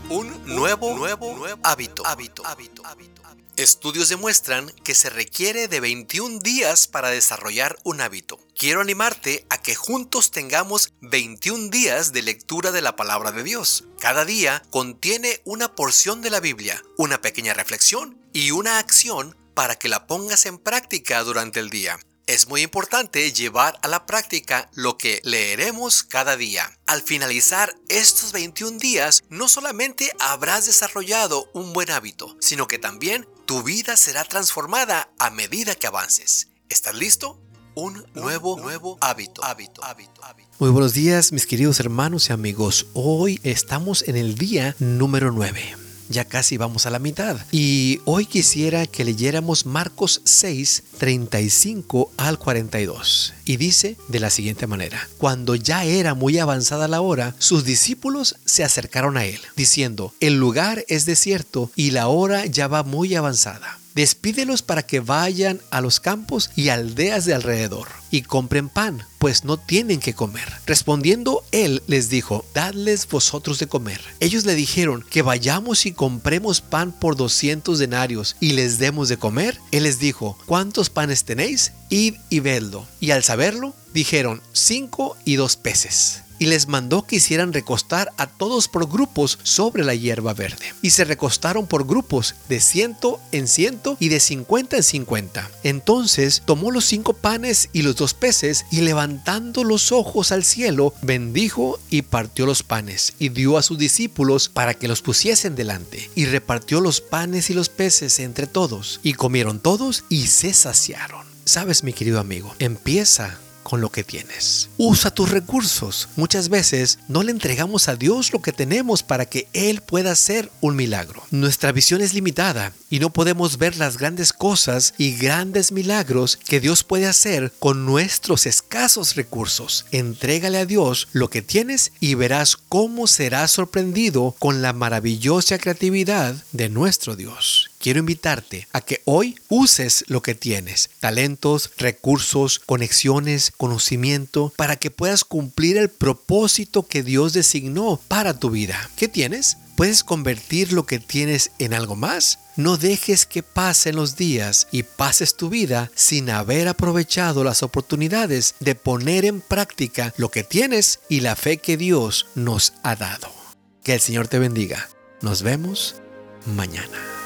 Un nuevo hábito. Estudios demuestran que se requiere de 21 días para desarrollar un hábito. Quiero animarte a que juntos tengamos 21 días de lectura de la palabra de Dios. Cada día contiene una porción de la Biblia, una pequeña reflexión y una acción para que la pongas en práctica durante el día. Es muy importante llevar a la práctica lo que leeremos cada día. Al finalizar estos 21 días, no solamente habrás desarrollado un buen hábito, sino que también tu vida será transformada a medida que avances. ¿Estás listo? Un nuevo hábito. Muy buenos días, mis queridos hermanos y amigos. Hoy estamos en el día número 9. Ya casi vamos a la mitad. Y hoy quisiera que leyéramos Marcos 6, 35 al 42. Y dice de la siguiente manera: Cuando ya era muy avanzada la hora, sus discípulos se acercaron a él, diciendo: el lugar es desierto y la hora ya va muy avanzada. Despídelos para que vayan a los campos y aldeas de alrededor y compren pan, pues no tienen que comer. Respondiendo él les dijo: dadles vosotros de comer. Ellos le dijeron: que vayamos y compremos pan por 200 denarios y les demos de comer. Él les dijo: ¿cuántos panes tenéis? Id y vedlo. Y al saberlo, dijeron: 5 y 2 peces. Y les mandó que hicieran recostar a todos por grupos sobre la hierba verde. Y se recostaron por grupos, de 100 en 100 y de 50 en 50. Entonces tomó los 5 panes y los 2 peces, y levantando los ojos al cielo, bendijo y partió los panes, y dio a sus discípulos para que los pusiesen delante. Y repartió los panes y los peces entre todos, y comieron todos y se saciaron. ¿Sabes, mi querido amigo? Empieza con lo que tienes. Usa tus recursos. Muchas veces no le entregamos a Dios lo que tenemos para que Él pueda hacer un milagro. Nuestra visión es limitada y no podemos ver las grandes cosas y grandes milagros que Dios puede hacer con nuestros escasos recursos. Entrégale a Dios lo que tienes y verás cómo serás sorprendido con la maravillosa creatividad de nuestro Dios. Quiero invitarte a que hoy uses lo que tienes: talentos, recursos, conexiones, conocimiento, para que puedas cumplir el propósito que Dios designó para tu vida. ¿Qué tienes? ¿Puedes convertir lo que tienes en algo más? No dejes que pasen los días y pases tu vida sin haber aprovechado las oportunidades de poner en práctica lo que tienes y la fe que Dios nos ha dado. Que el Señor te bendiga. Nos vemos mañana.